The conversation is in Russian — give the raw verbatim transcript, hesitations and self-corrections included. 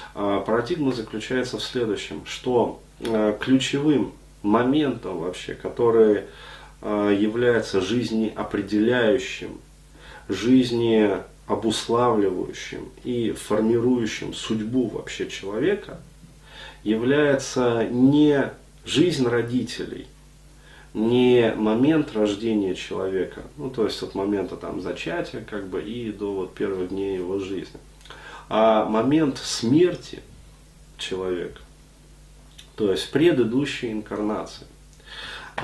Парадигма заключается в следующем, что ключевым моментом вообще, который является жизнеопределяющим, жизнеобуславливающим и формирующим судьбу вообще человека, является не жизнь родителей, не момент рождения человека, ну то есть от момента там зачатия как бы и до вот первых дней его жизни, а момент смерти человека, то есть предыдущей инкарнации.